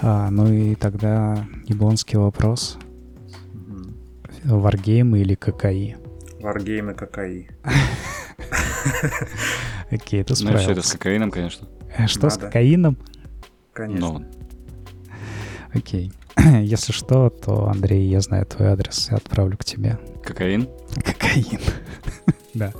Ну и тогда яблонский вопрос. Варгеймы или ККИ? Варгеймы ККИ. Окей, ты Ну, все это с справился. кокаином, конечно. Что с кокаином? Конечно. Ну, Окей. Если что, то, Андрей, я знаю твой адрес, я отправлю к тебе. кокаин? Кокаин. Да.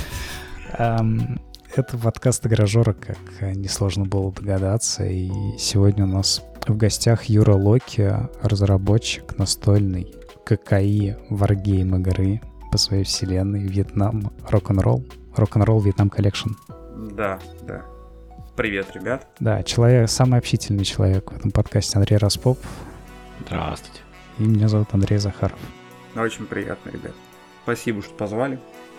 Это подкаст «Гаражера», как несложно было догадаться. И сегодня у нас в гостях Юра Локи, разработчик настольной ККИ Wargame игры по своей вселенной Вьетнам Рок-н-ролл. Рок-н-ролл Вьетнам Коллекшн. Да. Привет, ребят. Да, самый общительный человек в этом подкасте Андрей Распоп. Здравствуйте. И меня зовут Андрей Захаров. Очень приятно, ребят. Спасибо, что позвали.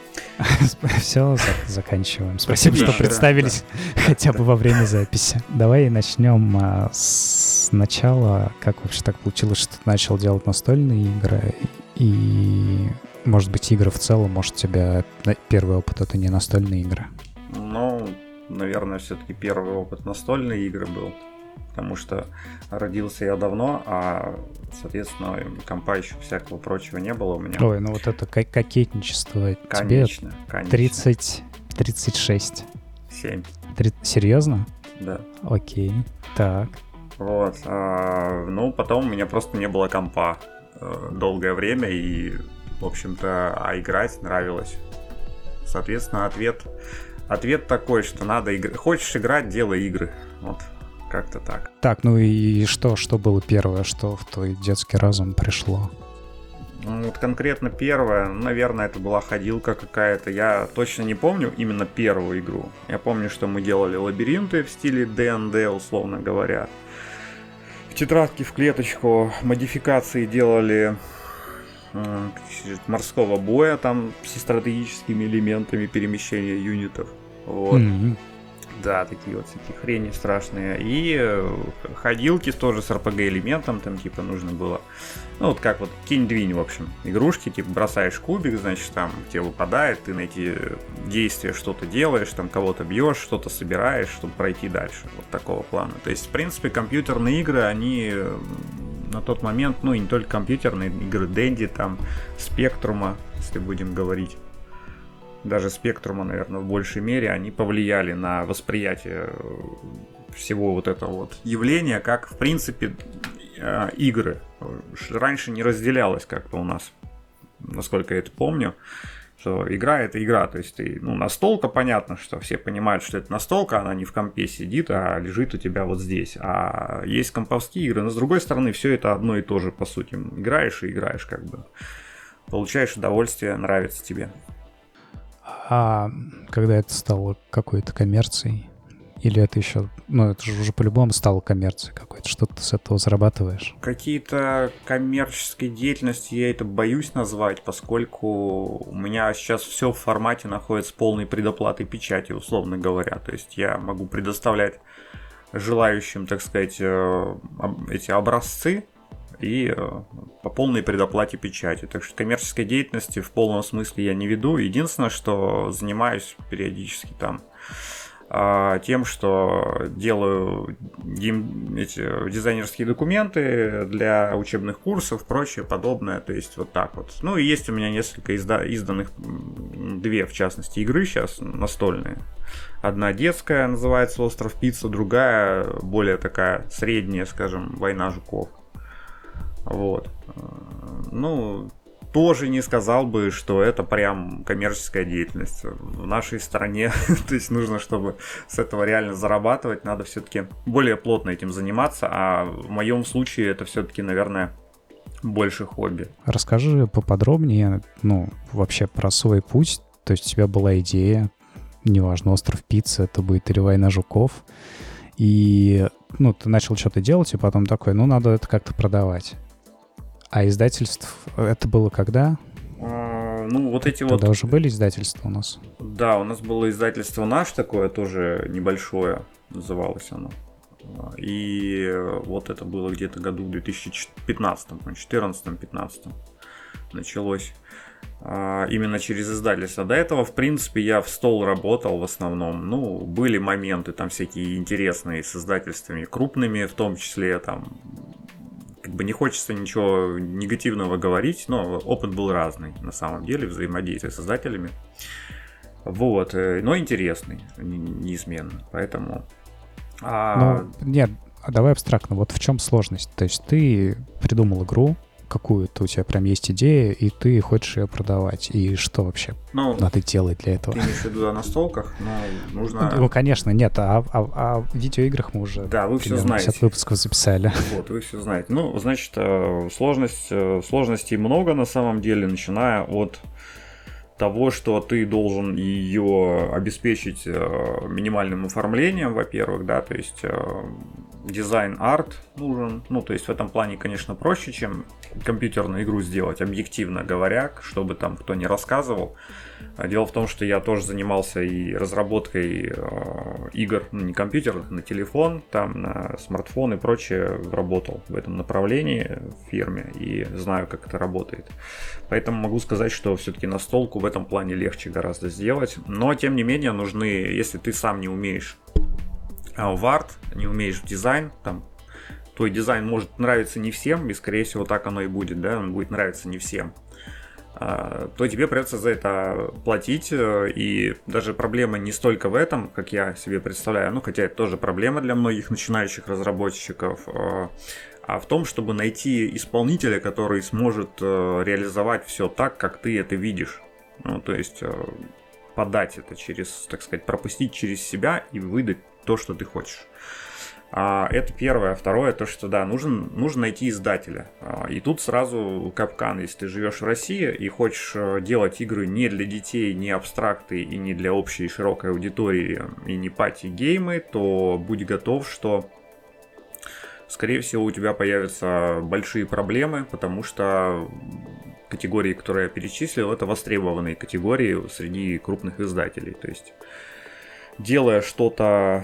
Все, заканчиваем. Спасибо, что Да, представились хотя бы во время записи. Давай начнем с начала. Как вообще так получилось, что ты начал делать настольные игры? И, может быть, игры в целом, может, у тебя первый опыт — это не настольные игры? Ну, наверное, все-таки первый опыт настольные игры был. Потому что родился я давно, а, соответственно, компа еще всякого прочего не было у меня. Ой, ну вот это кокетничество. Конечно, Тебе конечно. 36. 7. Серьезно? Да. Окей, так. Вот. Ну, потом у меня просто не было компа долгое время, и, в общем-то, играть нравилось. Соответственно, ответ такой, что надо играть. Хочешь играть, делай игры. Вот. Как-то так. Так, ну и что было первое, что в твой детский разум пришло? Ну, вот конкретно первое, наверное, это была ходилка какая-то. Я точно не помню именно первую игру. Я помню, что мы делали лабиринты в стиле ДНД, условно говоря. В тетрадке в клеточку модификации делали морского боя там со стратегическими элементами перемещения юнитов. Вот. Mm-hmm. Да, такие вот всякие хрени страшные. И ходилки тоже с RPG-элементом, там типа нужно было. Ну вот как вот кинь-двинь, в общем. Игрушки, типа бросаешь кубик, значит там тебе выпадает, ты на эти действия что-то делаешь, там кого-то бьешь, что-то собираешь, чтобы пройти дальше. Вот такого плана. То есть, в принципе, компьютерные игры, они на тот момент, ну и не только компьютерные игры, Денди, там, Спектрума, если будем говорить. Даже Спектрума, наверное, в большей мере, они повлияли на восприятие всего вот этого вот явления, как, в принципе, игры. Раньше не разделялось как-то у нас, насколько я это помню, что игра — это игра. То есть, настолка, понятно, что все понимают, что это настолка, она не в компе сидит, а лежит у тебя вот здесь. А есть комповские игры, но, с другой стороны, все это одно и то же, по сути. Играешь и играешь, как бы. Получаешь удовольствие, нравится тебе. А когда это стало какой-то коммерцией? Или это еще... Ну, это же уже по-любому стало коммерцией какой-то. Что ты с этого зарабатываешь? Какие-то коммерческой деятельности я это боюсь назвать, поскольку у меня сейчас все в формате находится полной предоплатой печати, условно говоря. То есть я могу предоставлять желающим, так сказать, эти образцы и по полной предоплате печати. Так что коммерческой деятельности в полном смысле я не веду. Единственное, что занимаюсь периодически там тем, что делаю эти дизайнерские документы для учебных курсов, прочее подобное. То есть вот так вот. Ну и есть у меня несколько изданных, две в частности игры сейчас настольные. Одна детская, называется «Остров Пицца», другая более такая средняя, скажем, «Война жуков». Вот. Ну, тоже не сказал бы, что это прям коммерческая деятельность. В нашей стране, то есть нужно, чтобы с этого реально зарабатывать, надо все-таки более плотно этим заниматься, а в моем случае это все-таки, наверное, больше хобби. Расскажи поподробнее, вообще про свой путь. То есть у тебя была идея, неважно, «Остров Пиццы», это будет или «Война жуков», и, ты начал что-то делать, и потом такой, надо это как-то продавать. А издательств это было когда? Вот эти Тогда уже были издательства у нас? Да, у нас было издательство «Наш» такое, тоже небольшое, называлось оно. И вот это было где-то году в 2015, 2014-2015. началось именно через издательство. До этого, в принципе, я в стол работал в основном. Ну, были моменты там всякие интересные с издательствами крупными, в том числе там, как бы не хочется ничего негативного говорить, но опыт был разный на самом деле, взаимодействие с издателями. Вот, но интересный, неизменно, поэтому... Ну, нет, давай абстрактно, вот в чем сложность? То есть ты придумал игру, какую-то у тебя прям есть идея, и ты хочешь ее продавать. И что вообще надо делать для этого? Ты имеешь в виду о настолках? Но нужно... Ну, конечно, нет. О видеоиграх мы уже да, вы все знаете. 50 выпусков записали. Вот, вы все знаете. Ну, значит, сложностей много на самом деле, начиная от того, что ты должен ее обеспечить минимальным оформлением, во-первых, да, то есть дизайн-арт нужен, ну, то есть в этом плане, конечно, проще, чем компьютерную игру сделать, объективно говоря, чтобы там кто не рассказывал. Дело в том, что я тоже занимался и разработкой игр, ну, не компьютерных, на телефон, там на смартфон и прочее, работал в этом направлении в фирме и знаю, как это работает. Поэтому могу сказать, что все-таки настолку в этом плане легче гораздо сделать. Но, тем не менее, нужны, если ты сам не умеешь в арт, не умеешь в дизайн, там, твой дизайн может нравиться не всем, и, скорее всего, так оно и будет, да, он будет нравиться не всем, то тебе придется за это платить, и даже проблема не столько в этом, как я себе представляю, ну, хотя это тоже проблема для многих начинающих разработчиков, а в том, чтобы найти исполнителя, который сможет реализовать все так, как ты это видишь, ну, то есть подать это через, так сказать, пропустить через себя и выдать то, что ты хочешь. Это первое. Второе, то, что да, нужно найти издателя. И тут сразу капкан, если ты живешь в России и хочешь делать игры не для детей, не абстракты и не для общей широкой аудитории, и не пати-геймы, то будь готов, что, скорее всего, у тебя появятся большие проблемы, потому что категории, которые я перечислил, это востребованные категории среди крупных издателей. То есть, делая что-то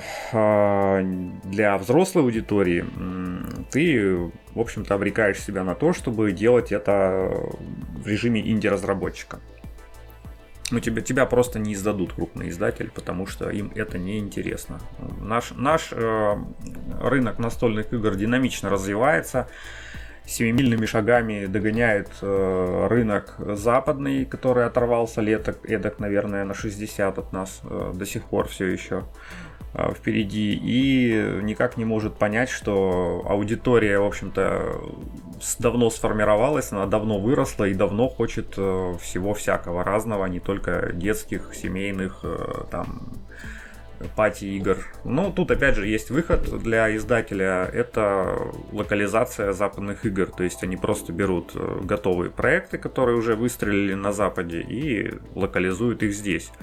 для взрослой аудитории, ты, в общем-то, обрекаешь себя на то, чтобы делать это в режиме инди-разработчика. Ну, тебя просто не издадут крупный издатель, потому что им это не интересно. Наш рынок настольных игр динамично развивается, семимильными шагами догоняет рынок западный, который оторвался лет эдак, наверное, на 60 от нас, до сих пор все еще впереди, и никак не может понять, что аудитория, в общем-то, давно сформировалась, она давно выросла и давно хочет всего всякого разного, не только детских, семейных, там, пати-игр. Ну, тут опять же есть выход для издателя, это локализация западных игр, то есть они просто берут готовые проекты, которые уже выстрелили на Западе, и локализуют их здесь.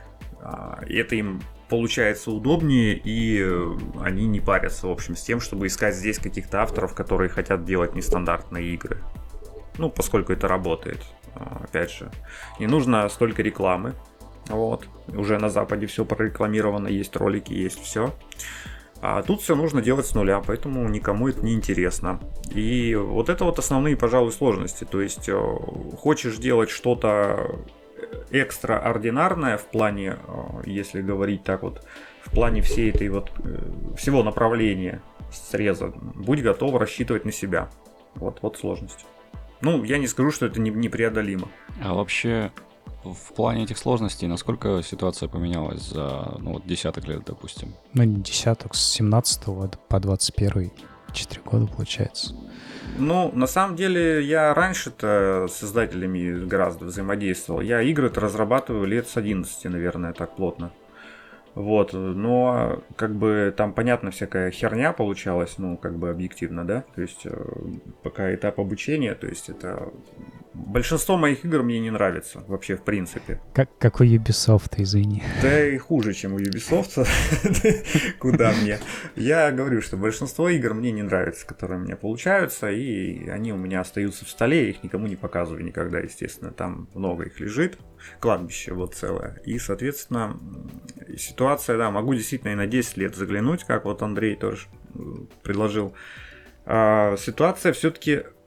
И это им получается удобнее, и они не парятся, в общем, с тем, чтобы искать здесь каких-то авторов, которые хотят делать нестандартные игры. Ну, поскольку это работает, опять же. Не нужно столько рекламы. Вот, уже на Западе все прорекламировано, есть ролики, есть все. А тут все нужно делать с нуля, поэтому никому это не интересно. И вот это вот основные, пожалуй, сложности. То есть, хочешь делать что-то экстраординарное в плане, если говорить так вот, в плане всей этой вот, всего направления среза, будь готов рассчитывать на себя. Вот сложность. Ну, я не скажу, что это непреодолимо. А вообще, в плане этих сложностей, насколько ситуация поменялась за десяток лет, допустим? Ну, не десяток, с 17 по 21, 4 года получается. Ну, на самом деле, я раньше-то с издателями гораздо взаимодействовал. Я игры-то разрабатываю лет с 11, наверное, так плотно. Вот, но как бы там, понятно, всякая херня получалась, ну, как бы объективно, да, то есть пока этап обучения, то есть это... Большинство моих игр мне не нравится вообще в принципе. Как у Ubisoft, извини. Да и хуже, чем у Ubisoft. Куда мне? Я говорю, что большинство игр мне не нравится, которые у меня получаются, и они у меня остаются в столе, я их никому не показываю никогда, естественно. Там много их лежит, кладбище вот целое. И, соответственно, ситуация, да, могу действительно и на 10 лет заглянуть, как вот Андрей тоже предложил. Ситуация все-таки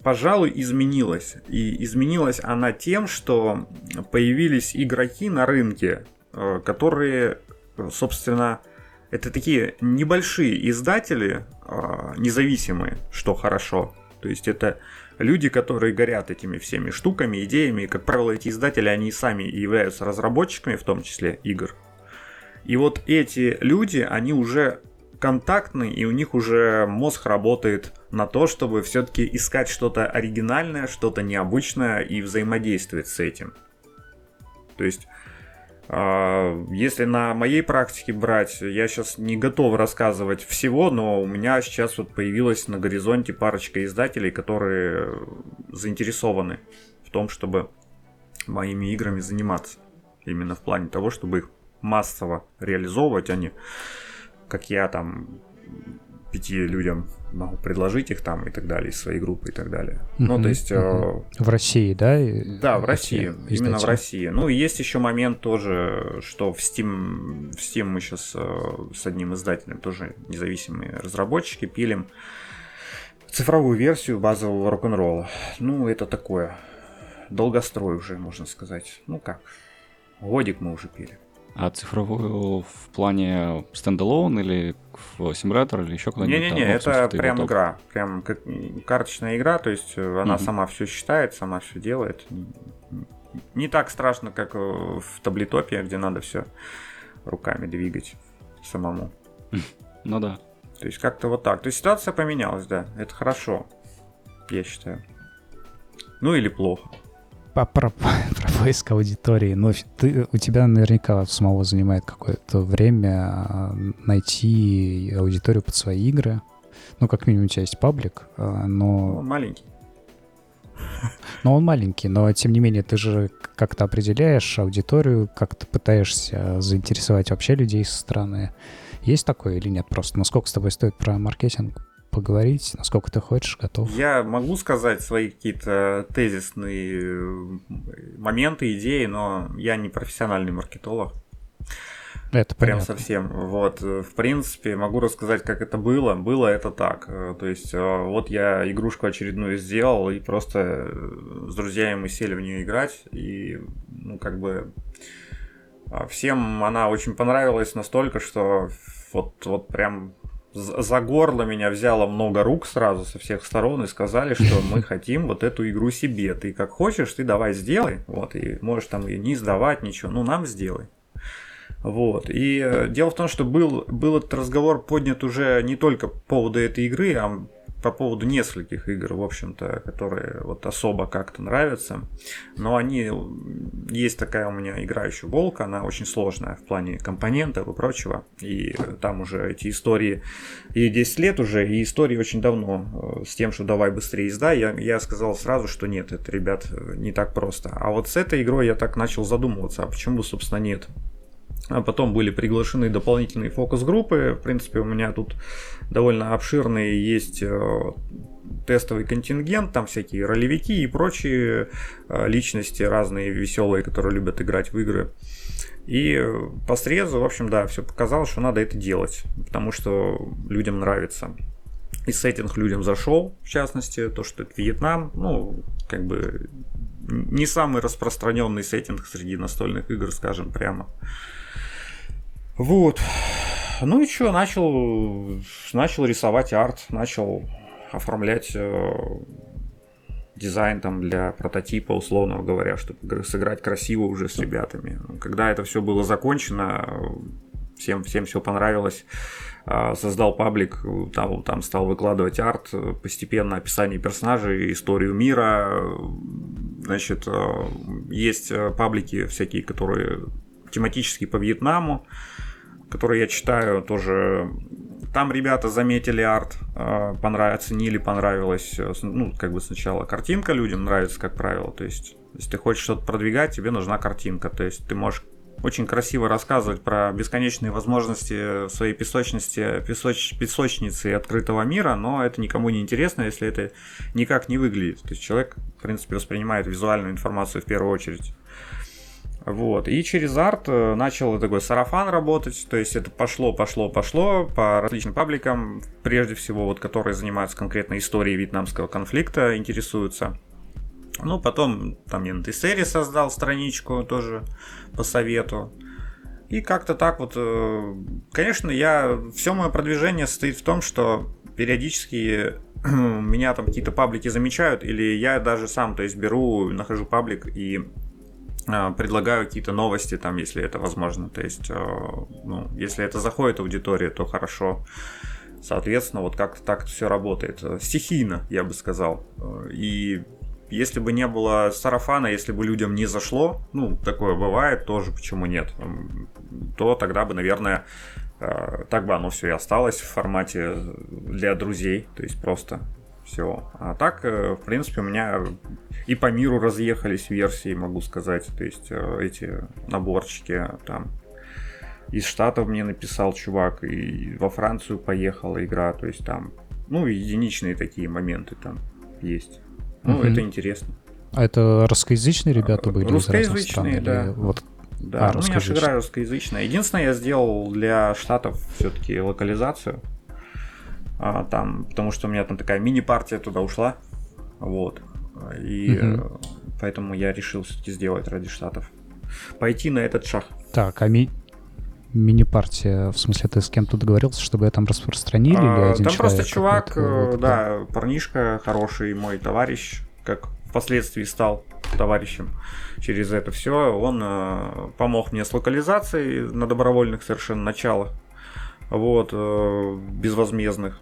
пожалуй, изменилась. И изменилась она тем, что появились игроки на рынке, которые, собственно, это такие небольшие издатели, независимые, что хорошо. То есть это люди, которые горят этими всеми штуками, идеями. И, как правило, эти издатели, они сами являются разработчиками, в том числе игр. И вот эти люди, они уже контактны, и у них уже мозг работает на то, чтобы все-таки искать что-то оригинальное, что-то необычное и взаимодействовать с этим. То есть, если на моей практике брать, я сейчас не готов рассказывать всего, но у меня сейчас вот появилась на горизонте парочка издателей, которые заинтересованы в том, чтобы моими играми заниматься. Именно в плане того, чтобы их массово реализовывать, а не как я там 5 людям могу предложить их там и так далее, из своей группы и так далее. Ну, то есть... В России, да? Да, в России. Именно в России. Ну, и есть еще момент тоже, что в Steam мы сейчас с одним издателем, тоже независимые разработчики, пилим цифровую версию базового рок-н-ролла. Ну, это такое. Долгострой уже, можно сказать. Ну, как? Годик мы уже пили. А цифровую в плане стендалон или в симулятор или еще куда-нибудь? Не-не-не, это прям игра. Прям как карточная игра, то есть она сама все считает, сама все делает. Не так страшно, как в таблетопе, где надо все руками двигать самому. Ну да. То есть как-то вот так. То есть ситуация поменялась, да. Это хорошо, я считаю. Ну или плохо. Про поиск аудитории. Но у тебя наверняка самого занимает какое-то время найти аудиторию под свои игры. Ну, как минимум, у тебя есть паблик, но... Он маленький. Но он маленький, но тем не менее ты же как-то определяешь аудиторию, как-то пытаешься заинтересовать вообще людей со стороны. Есть такое или нет? Просто насколько с тобой стоит про маркетинг поговорить, насколько ты хочешь, готов? Я могу сказать свои какие-то тезисные моменты, идеи, но я не профессиональный маркетолог. Это прям понятно. совсем. Вот, в принципе, могу рассказать, как это было. Было это так. То есть, вот я игрушку очередную сделал, и просто с друзьями мы сели в нее играть, и, ну, как бы, всем она очень понравилась настолько, что вот прям за горло меня взяло много рук сразу со всех сторон и сказали, что мы хотим вот эту игру себе. Ты как хочешь, ты давай сделай. Вот, и можешь там ее не сдавать, ничего. Ну, нам сделай. Вот. И дело в том, что был этот разговор поднят уже не только по поводу этой игры, а по поводу нескольких игр, в общем-то, которые вот особо как-то нравятся. Но они... Есть такая у меня играющая волка, она очень сложная в плане компонентов и прочего. И там уже эти истории... Ей 10 лет уже, и истории очень давно с тем, что давай быстрее издай. Я сказал сразу, что нет, это, ребят, не так просто. А вот с этой игрой я так начал задумываться, а почему, собственно, нет? А потом были приглашены дополнительные фокус-группы. В принципе, у меня тут довольно обширный есть тестовый контингент, там всякие ролевики и прочие личности разные, веселые, которые любят играть в игры. И по срезу, в общем, да, все показалось, что надо это делать, потому что людям нравится. И сеттинг людям зашел, в частности, то, что это Вьетнам, ну, как бы не самый распространенный сеттинг среди настольных игр, скажем прямо. Вот. Ну и что, начал рисовать арт, начал оформлять дизайн там для прототипа, условно говоря, чтобы сыграть красиво уже с ребятами. Когда это все было закончено, всем все понравилось, создал паблик, там стал выкладывать арт, постепенно описание персонажей, историю мира. Значит, есть паблики всякие, которые тематически по Вьетнаму, которые я читаю тоже. Там ребята заметили арт, оценили, понравилось. Ну, как бы сначала картинка людям нравится, как правило. То есть, если ты хочешь что-то продвигать, тебе нужна картинка. То есть, ты можешь очень красиво рассказывать про бесконечные возможности своей песочницы и открытого мира, но это никому не интересно, если это никак не выглядит. То есть, человек, в принципе, воспринимает визуальную информацию в первую очередь. Вот. И через арт начал такой сарафан работать, то есть это пошло по различным пабликам, прежде всего, вот, которые занимаются конкретно историей вьетнамского конфликта, интересуются. Ну, потом там я на Тессере создал страничку тоже по совету. И как-то так вот, конечно, все мое продвижение состоит в том, что периодически меня там какие-то паблики замечают, или я даже сам, то есть беру, нахожу паблик и предлагаю какие-то новости там, если это возможно. То есть, ну, если это заходит аудитории, то хорошо. Соответственно, вот как-то так все работает. Стихийно, я бы сказал. И если бы не было сарафана, если бы людям не зашло, ну, такое бывает тоже, почему нет, то тогда бы, наверное, так бы оно все и осталось в формате для друзей, то есть просто все. А так, в принципе, у меня и по миру разъехались версии, могу сказать, то есть эти наборчики там. Из Штатов мне написал чувак, и во Францию поехала игра, то есть там, ну, единичные такие моменты там есть. Ну, это интересно. А это русскоязычные ребята были? Русскоязычные, да. Вот... Да, ну, я же играю русскоязычная. Единственное, я сделал для Штатов все-таки локализацию. Там, потому что у меня там такая мини-партия туда ушла. Вот. И поэтому я решил все-таки сделать ради Штатов. Пойти на этот шаг. Так, а мини-партия, в смысле, ты с кем-то договорился, чтобы я там распространили? Или один там человек просто чувак, вот, да, парнишка хороший, мой товарищ, как впоследствии стал товарищем через это все. Он помог мне с локализацией на добровольных совершенно началах, вот, безвозмездных.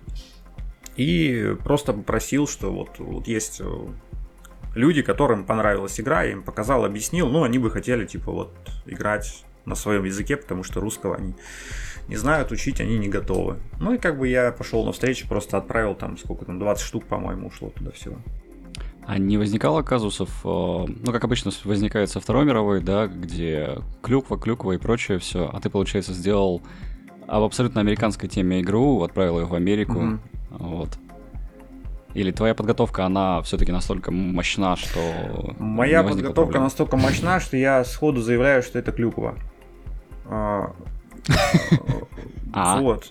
И просто попросил, что вот есть люди, которым понравилась игра, я им показал, объяснил, ну, они бы хотели, типа, вот, играть на своем языке, потому что русского они не знают, учить они не готовы. Ну и как бы я пошел навстречу, просто отправил там, сколько там, 20 штук, по-моему, ушло туда всего. А не возникало казусов, ну, как обычно возникает со Второй мировой, да, где клюква и прочее все, а ты, получается, сделал об абсолютно американской теме игру, отправил ее в Америку, вот. Или твоя подготовка, она все-таки настолько мощна, что... Моя подготовка настолько мощна, что я сходу заявляю, что это клюква. Вот.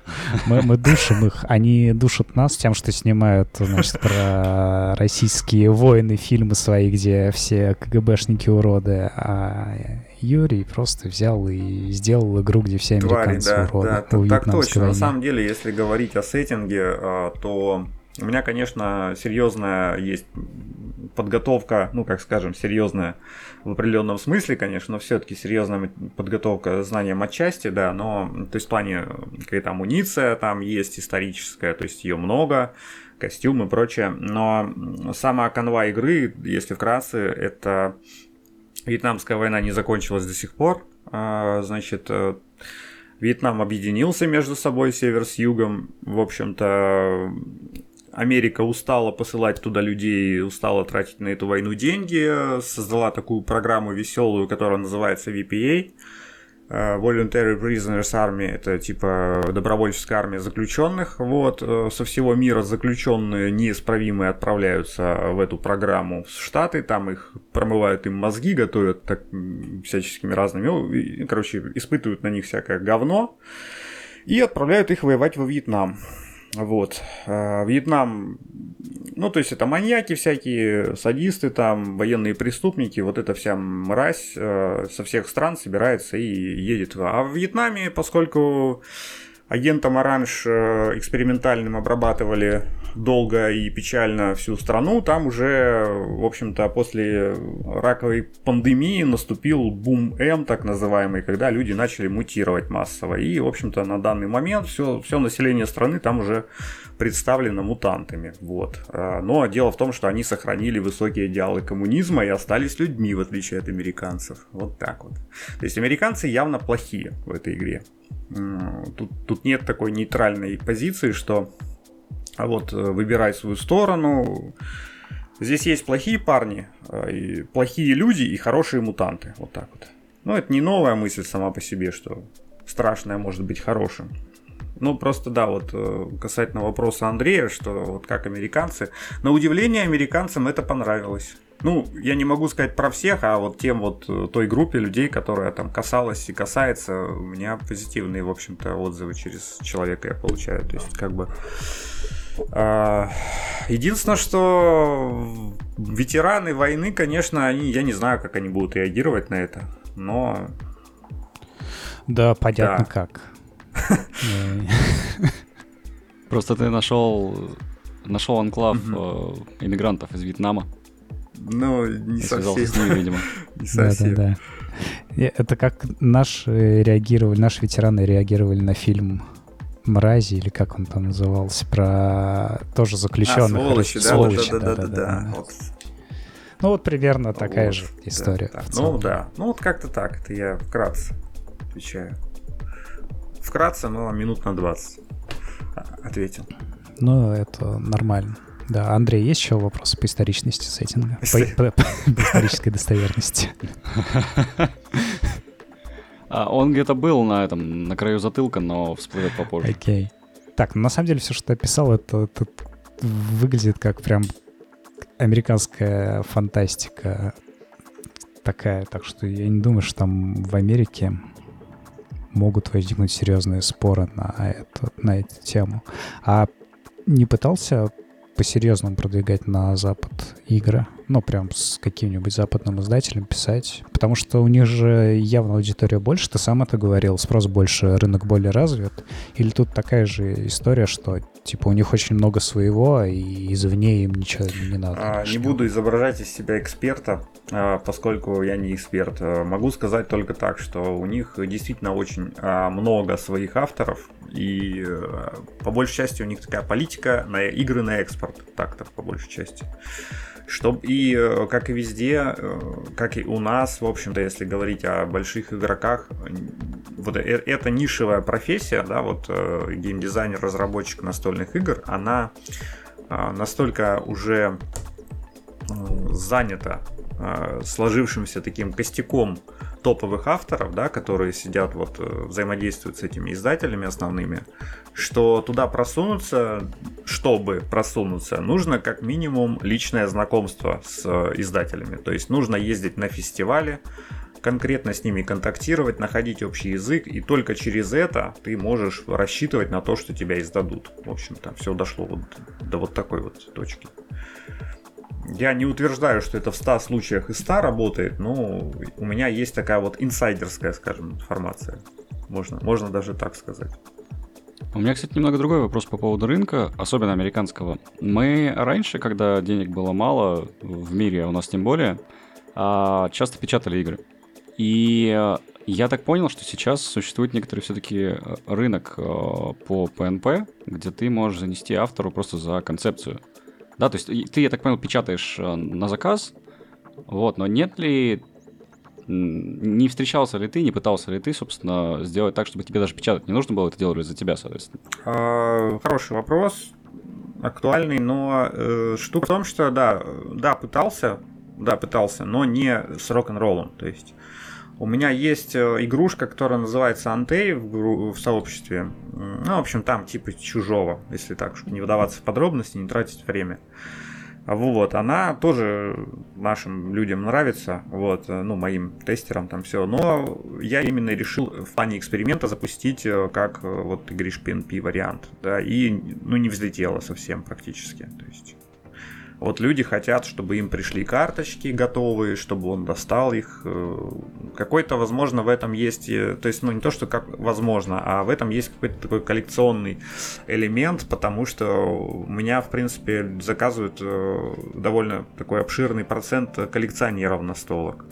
Мы душим их, они душат нас тем, что снимают, значит, про российские войны, фильмы свои, где все КГБшники уроды, а Юрий просто взял и сделал игру, где все американцы уроды. Да, так точно. На самом деле, если говорить о сеттинге, то у меня, конечно, серьезная есть подготовка, ну, как скажем, серьезная в определенном смысле, конечно, но все-таки серьезная подготовка знанием отчасти, да, но, то есть в плане какая-то амуниция там есть историческая, то есть ее много, костюмы и прочее, но сама канва игры, если вкратце, это Вьетнамская война не закончилась до сих пор, значит, Вьетнам объединился между собой, север с югом, в общем-то, Америка устала посылать туда людей, устала тратить на эту войну деньги, создала такую программу веселую, которая называется VPA, Voluntary Prisoners Army, это типа добровольческая армия заключенных, вот, со всего мира заключенные неисправимые отправляются в эту программу в Штаты, там их промывают им мозги, готовят так всяческими разными, короче, испытывают на них всякое говно и отправляют их воевать во Вьетнам. Вот. Вьетнам, ну, то есть это маньяки всякие, садисты там, военные преступники, вот эта вся мразь со всех стран собирается и едет. А в Вьетнаме, поскольку агентом Оранж экспериментальным обрабатывали долго и печально всю страну, там уже, в общем-то, после раковой пандемии наступил бум М, так называемый, когда люди начали мутировать массово. И, в общем-то, на данный момент все население страны там уже представлено мутантами. Вот. Но дело в том, что они сохранили высокие идеалы коммунизма и остались людьми, в отличие от американцев. Вот так вот. То есть американцы явно плохие в этой игре. Тут нет такой нейтральной позиции, что вот выбирай свою сторону. Здесь есть плохие парни, и плохие люди и хорошие мутанты. Вот так вот. Ну, это не новая мысль сама по себе, что страшное может быть хорошим. Ну, просто да, вот касательно вопроса Андрея, что вот как американцы. На удивление американцам это понравилось. Ну, я не могу сказать про всех, а вот тем вот той группе людей, которая там касалась и касается, у меня позитивные, в общем-то, отзывы через человека я получаю. То есть, как бы... Единственное, что ветераны войны, конечно, я не знаю, как они будут реагировать на это, но... Да, понятно как. Просто ты нашел анклав иммигрантов из Вьетнама. Ну, не совсем. Связался с ними, видимо. Не совсем. Да. Это как наши ветераны реагировали на фильм «Мрази», или как он там назывался, про тоже заключенных. Сволочи, да. Ну вот примерно такая же история. Ну да, ну вот как-то так, это я вкратце отвечаю. Вкратце, но минут на 20 ответил. Ну, это нормально. Да, Андрей, есть еще вопросы по историчности сеттинга? По исторической достоверности. Он где-то был на краю затылка, но всплывет попозже. Окей. Так, на самом деле все, что ты описал, это выглядит как прям американская фантастика такая. Так что я не думаю, что там в Америке могут возникнуть серьезные споры на эту тему. А не пытался по-серьезному продвигать на Запад игры? Ну, прям с каким-нибудь западным издателем писать? Потому что у них же явно аудитория больше, ты сам это говорил, спрос больше, рынок более развит. Или тут такая же история, что типа у них очень много своего, и извне им ничего не надо? Не буду изображать из себя эксперта, поскольку я не эксперт. Могу сказать только так, что у них действительно очень много своих авторов, и по большей части у них такая политика на игры на экспорт, так-то по большей части. И как и везде, как и у нас, в общем-то, если говорить о больших игроках, вот эта нишевая профессия, да, вот геймдизайнер, разработчик настольных игр, она настолько уже занята сложившимся таким костяком топовых авторов, да, которые сидят, вот, взаимодействуют с этими издателями основными, что туда просунуться, чтобы просунуться, нужно как минимум личное знакомство с издателями. То есть нужно ездить на фестивали, конкретно с ними контактировать, находить общий язык, и только через это ты можешь рассчитывать на то, что тебя издадут. В общем-то, все дошло вот до вот такой вот точки. Я не утверждаю, что это в 100 случаях из 100 работает, но у меня есть такая вот инсайдерская, скажем, информация. Можно даже так сказать. У меня, кстати, немного другой вопрос по поводу рынка, особенно американского. Мы раньше, когда денег было мало, в мире, у нас тем более, часто печатали игры. И я так понял, что сейчас существует некоторый все-таки рынок по PNP, где ты можешь занести автору просто за концепцию. Да, то есть ты, я так понял, печатаешь на заказ, вот, но нет ли, не встречался ли ты, не пытался ли ты, собственно, сделать так, чтобы тебе даже печатать не нужно было, это делали за тебя, соответственно? Хороший вопрос, актуальный, но штука в том, что да, пытался, но не с рок-н-роллом, то есть у меня есть игрушка, которая называется Антей в сообществе. Ну, в общем, там типа чужого, если так, чтобы не вдаваться в подробности, не тратить время. Вот, она тоже нашим людям нравится, вот, ну, моим тестерам там все. Но я именно решил в плане эксперимента запустить как вот ты говоришь PNP вариант, да, и ну не взлетело совсем практически, то есть. Вот люди хотят, чтобы им пришли карточки готовые, чтобы он достал их. Какой-то, возможно, в этом есть... То есть, ну, не то, что как возможно, а в этом есть какой-то такой коллекционный элемент, потому что у меня, в принципе, заказывают довольно такой обширный процент коллекционеров настолок.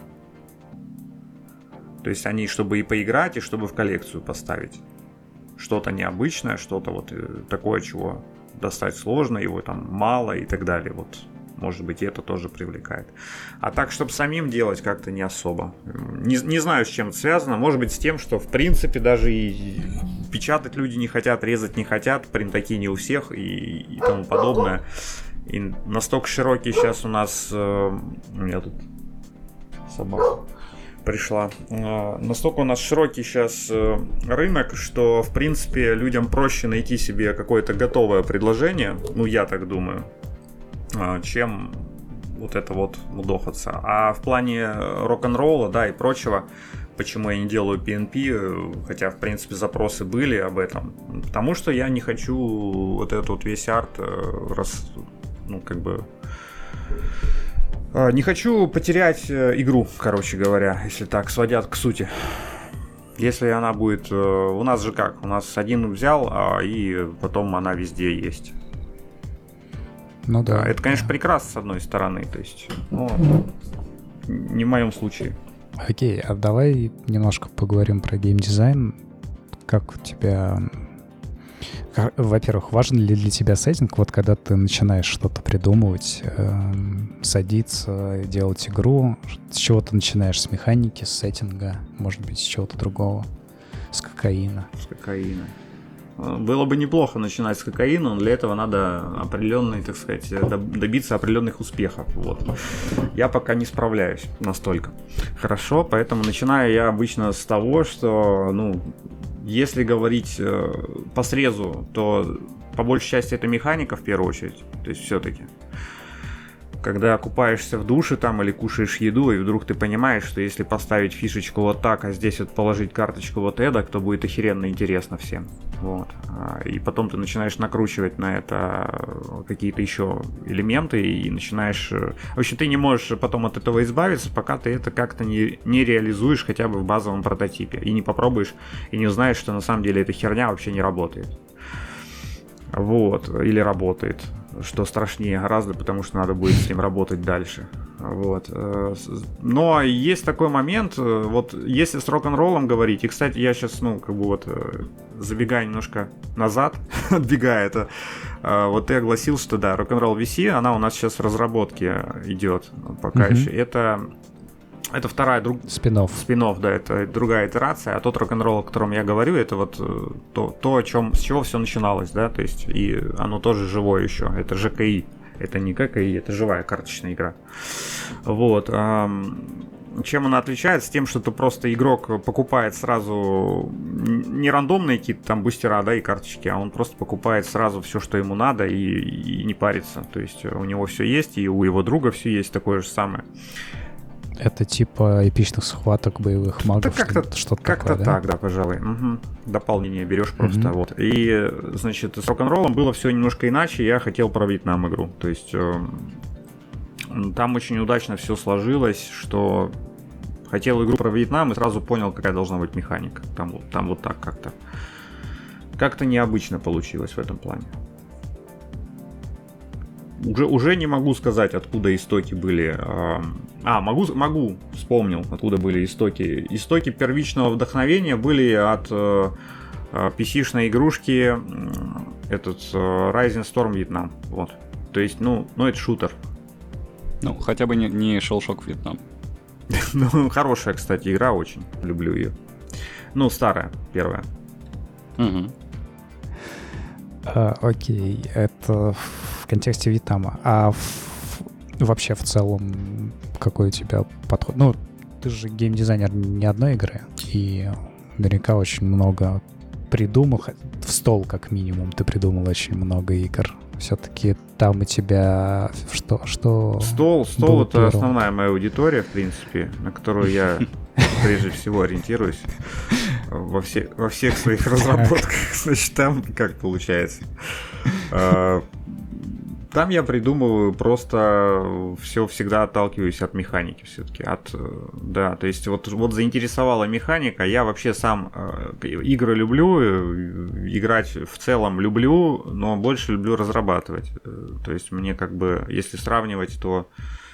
То есть, они, чтобы и поиграть, и чтобы в коллекцию поставить. Что-то необычное, что-то вот такое, чего... достать сложно, его там мало и так далее. Вот, может быть, это тоже привлекает. А так, чтобы самим делать, как-то не особо. Не знаю, с чем это связано. Может быть, с тем, что, в принципе, даже и печатать люди не хотят, резать не хотят, принтаки не у всех и тому подобное. И настолько широкий сейчас у нас... У меня тут собака пришла. Настолько у нас широкий сейчас рынок, что, в принципе, людям проще найти себе какое-то готовое предложение, ну, я так думаю, чем вот это вот мудохаться. А в плане рок-н-ролла, да, и прочего, почему я не делаю PNP, хотя, в принципе, запросы были об этом, потому что я не хочу вот этот вот весь арт не хочу потерять игру, короче говоря, если так, сводят к сути. Если она будет... У нас же как? У нас один взял, и потом она везде есть. Ну да. Это, конечно, прекрасно с одной стороны, то есть, но не в моем случае. Окей, а давай немножко поговорим про геймдизайн. Как у тебя... Во-первых, важен ли для тебя сеттинг, вот когда ты начинаешь что-то придумывать, садиться, делать игру, с чего ты начинаешь? С механики, с сеттинга, может быть, с чего-то другого? С кокаина? С кокаина. Было бы неплохо начинать с кокаина, но для этого надо определенный, так сказать, добиться определенных успехов. Вот. Я пока не справляюсь настолько хорошо, поэтому начинаю я обычно с того, что, если говорить по срезу, то по большей части это механика в первую очередь. То есть все-таки, когда купаешься в душе там или кушаешь еду, и вдруг ты понимаешь, что если поставить фишечку вот так, а здесь вот положить карточку вот эдак, то будет охеренно интересно всем. Вот. И потом ты начинаешь накручивать на это какие-то еще элементы и начинаешь... В общем, ты не можешь потом от этого избавиться, пока ты это как-то не реализуешь хотя бы в базовом прототипе. И не попробуешь, и не узнаешь, что на самом деле эта херня вообще не работает. Вот. Или работает. Что страшнее гораздо, потому что надо будет с ним работать дальше. Вот. Но есть такой момент, вот если с рок-н-роллом говорить, и, кстати, я сейчас, забегая немножко назад, отбегая это, вот ты огласил, что да, Rock'n'Roll VC, она у нас сейчас в разработке идет пока еще. Это вторая спин-офф, да, это другая итерация, а тот рок-н-ролл, о котором я говорю, это вот то, с чего все начиналось, да, то есть, и оно тоже живое еще, это ЖКИ, это не ККИ, это живая карточная игра. Вот. Чем она отличается? Тем, что ты просто игрок покупает сразу не рандомные какие-то там бустера, да, и карточки, а он просто покупает сразу все, что ему надо, и не парится, то есть, у него все есть, и у его друга все есть такое же самое. Это типа эпичных схваток боевых магов, что-то как-то такое, так, да, пожалуй. Угу. Дополнение берешь просто, вот. И, значит, с рок-н-роллом было все немножко иначе, я хотел про Вьетнам игру. То есть, там очень удачно все сложилось, что хотел игру про Вьетнам и сразу понял, какая должна быть механика. Там вот так как-то. Как-то необычно получилось в этом плане. Уже не могу сказать, откуда истоки были. Могу, вспомнил, откуда были истоки. Истоки первичного вдохновения были от PC-шной игрушки Rising Storm Vietnam. Вот. То есть, это шутер. Хотя бы не Shell Shock Vietnam. Хорошая, кстати, игра, очень люблю ее. Старая, первая. Угу. Окей, это в контексте Вьетнама. А вообще в целом какой у тебя подход? Ты же геймдизайнер не одной игры, и наверняка очень много придумал, в стол как минимум ты придумал очень много игр. Все-таки там у тебя что? Стол — это первым? Основная моя аудитория, в принципе, на которую я прежде всего ориентируюсь во всех своих разработках. Значит, там как получается? Там я придумываю просто все, всегда отталкиваюсь от механики все-таки. Да, то есть вот заинтересовала механика. Я вообще сам игры люблю, играть в целом люблю, но больше люблю разрабатывать. То есть мне если сравнивать, то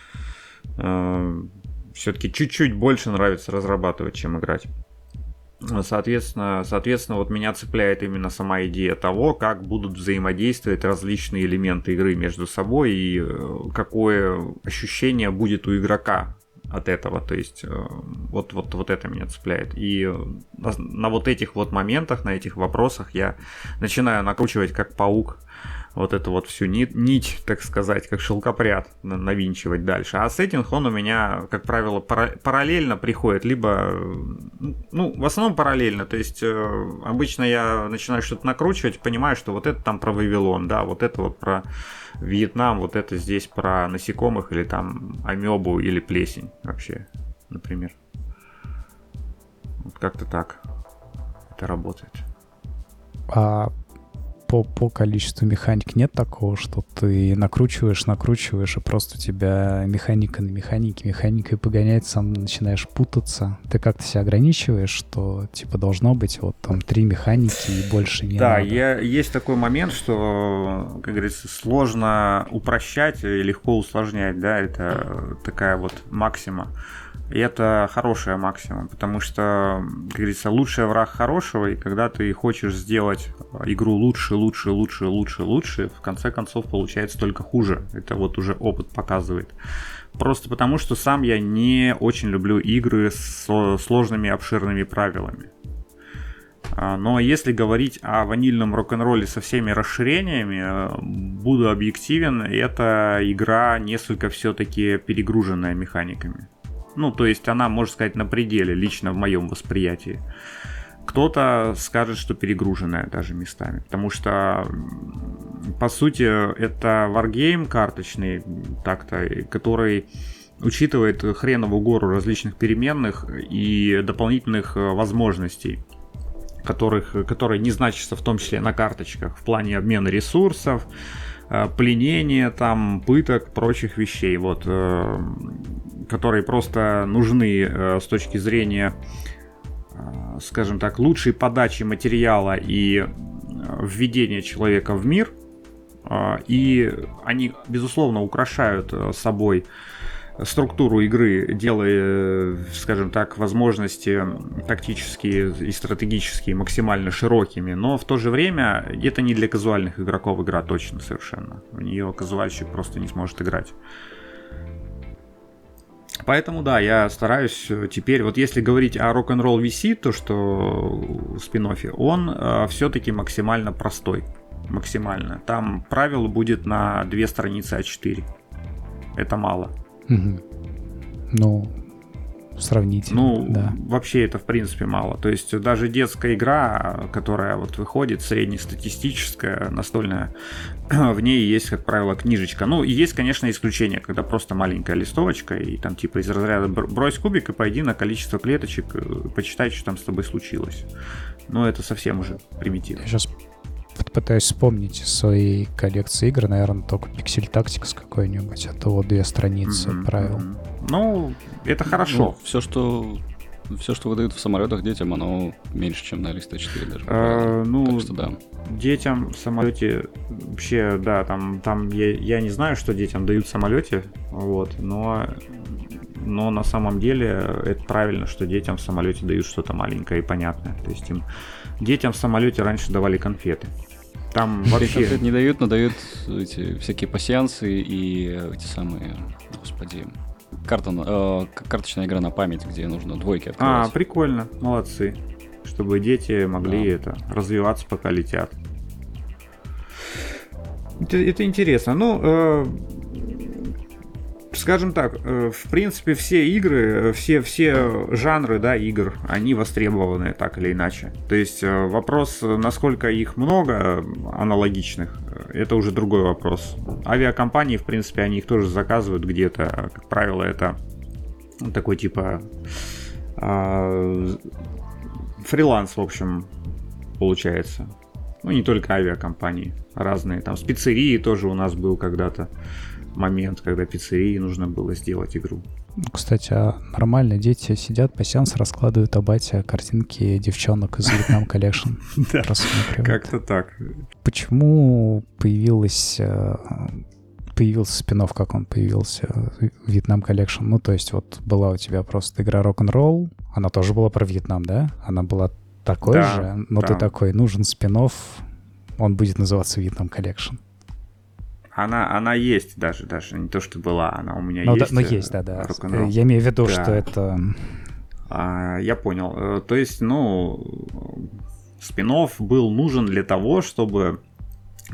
все-таки чуть-чуть больше нравится разрабатывать, чем играть. Соответственно, вот меня цепляет именно сама идея того, как будут взаимодействовать различные элементы игры между собой и какое ощущение будет у игрока от этого. То есть вот это меня цепляет. И на вот этих вот моментах, на этих вопросах я начинаю накручивать как паук вот эту вот всю нить, так сказать, как шелкопряд навинчивать дальше. А сеттинг, он у меня, как правило, параллельно приходит, либо, ну, в основном параллельно, то есть обычно я начинаю что-то накручивать, понимаю, что вот это там про Вавилон, да, вот это вот про Вьетнам, вот это здесь про насекомых или там амебу или плесень вообще, например. Вот как-то так это работает. А по количеству механик нет такого, что ты накручиваешь, и просто у тебя механика на механикой погоняет, сам начинаешь путаться. Ты как-то себя ограничиваешь, что типа должно быть вот там 3 механики и больше не надо? Да, есть такой момент, что, как говорится, сложно упрощать и легко усложнять, да, это такая вот максима. И это хорошая максима, потому что, как говорится, лучший враг хорошего, и когда ты хочешь сделать игру лучше, в конце концов получается только хуже. Это вот уже опыт показывает. Просто потому, что сам я не очень люблю игры с сложными обширными правилами. Но если говорить о ванильном рок-н-ролле со всеми расширениями, буду объективен, эта игра несколько все-таки перегруженная механиками. Ну, то есть она, можно сказать, на пределе, лично в моем восприятии. Кто-то скажет, что перегруженная даже местами, потому что, по сути, это варгейм карточный, так-то, который учитывает хреновую гору различных переменных и дополнительных возможностей, которые не значатся в том числе на карточках в плане обмена ресурсов, пленения, там, пыток, прочих вещей, вот, которые просто нужны с точки зрения, скажем так, лучшей подачи материала и введения человека в мир. И они, безусловно, украшают собой структуру игры, делая, скажем так, возможности тактические и стратегические максимально широкими, но в то же время это не для казуальных игроков игра точно совершенно. В нее казуальщик просто не сможет играть. Поэтому да, я стараюсь теперь, вот если говорить о Rock'n'Roll VC, то что в спин-оффе, он все-таки максимально простой. Максимально. Там правил будет на 2 страницы А4. Это мало. Угу. Ну, сравнительно. Ну, да. Вообще это в принципе мало. То есть даже детская игра, которая вот выходит, среднестатистическая, настольная, в ней есть, как правило, книжечка. Ну, и есть, конечно, исключения, когда просто маленькая листовочка, и там типа из разряда брось кубик и пойди на количество клеточек, почитай, что там с тобой случилось. Но это совсем уже примитивно. Я сейчас пытаюсь вспомнить свои коллекции игр, наверное, только Pixel Tactics какой-нибудь, это вот 2 страницы правил. Ну, это хорошо. Ну, все, что выдают в самолетах детям, оно меньше, чем на лист А4 даже. Ну, так что да. Детям в самолете вообще, да, там я не знаю, что детям дают в самолете, вот, но на самом деле это правильно, что детям в самолете дают что-то маленькое и понятное. То есть детям в самолете раньше давали конфеты. Там вообще... Конфет не дают, но дают эти всякие пасьянсы и эти самые, господи, карточная игра на память, где нужно двойки открывать. Прикольно, молодцы. Чтобы дети могли развиваться, пока летят. Это интересно. Ну, скажем так, в принципе, все игры, все жанры, да, игр, они востребованы так или иначе. То есть вопрос, насколько их много аналогичных, это уже другой вопрос. Авиакомпании, в принципе, они их тоже заказывают где-то. Как правило, это такой типа фриланс, в общем, получается. Ну, не только авиакомпании, разные. Там с пиццерии тоже у нас был когда-то момент, когда пиццерии нужно было сделать игру. Кстати, а нормально дети сидят, пасьянс раскладывают, а батя картинки девчонок из Vietnam Collection. Да, как-то так. Почему появился спин-офф, как он появился, Vietnam Collection? Ну, то есть вот была у тебя просто игра Rock'n'Roll, она тоже была про Вьетнам, да? Она была такой же, но ты такой, нужен спин-офф, он будет называться Vietnam Collection. Она есть даже не то, что была, она у меня есть. Ну, есть, да. Я имею в виду, что это... Я понял. То есть, спин-офф был нужен для того, чтобы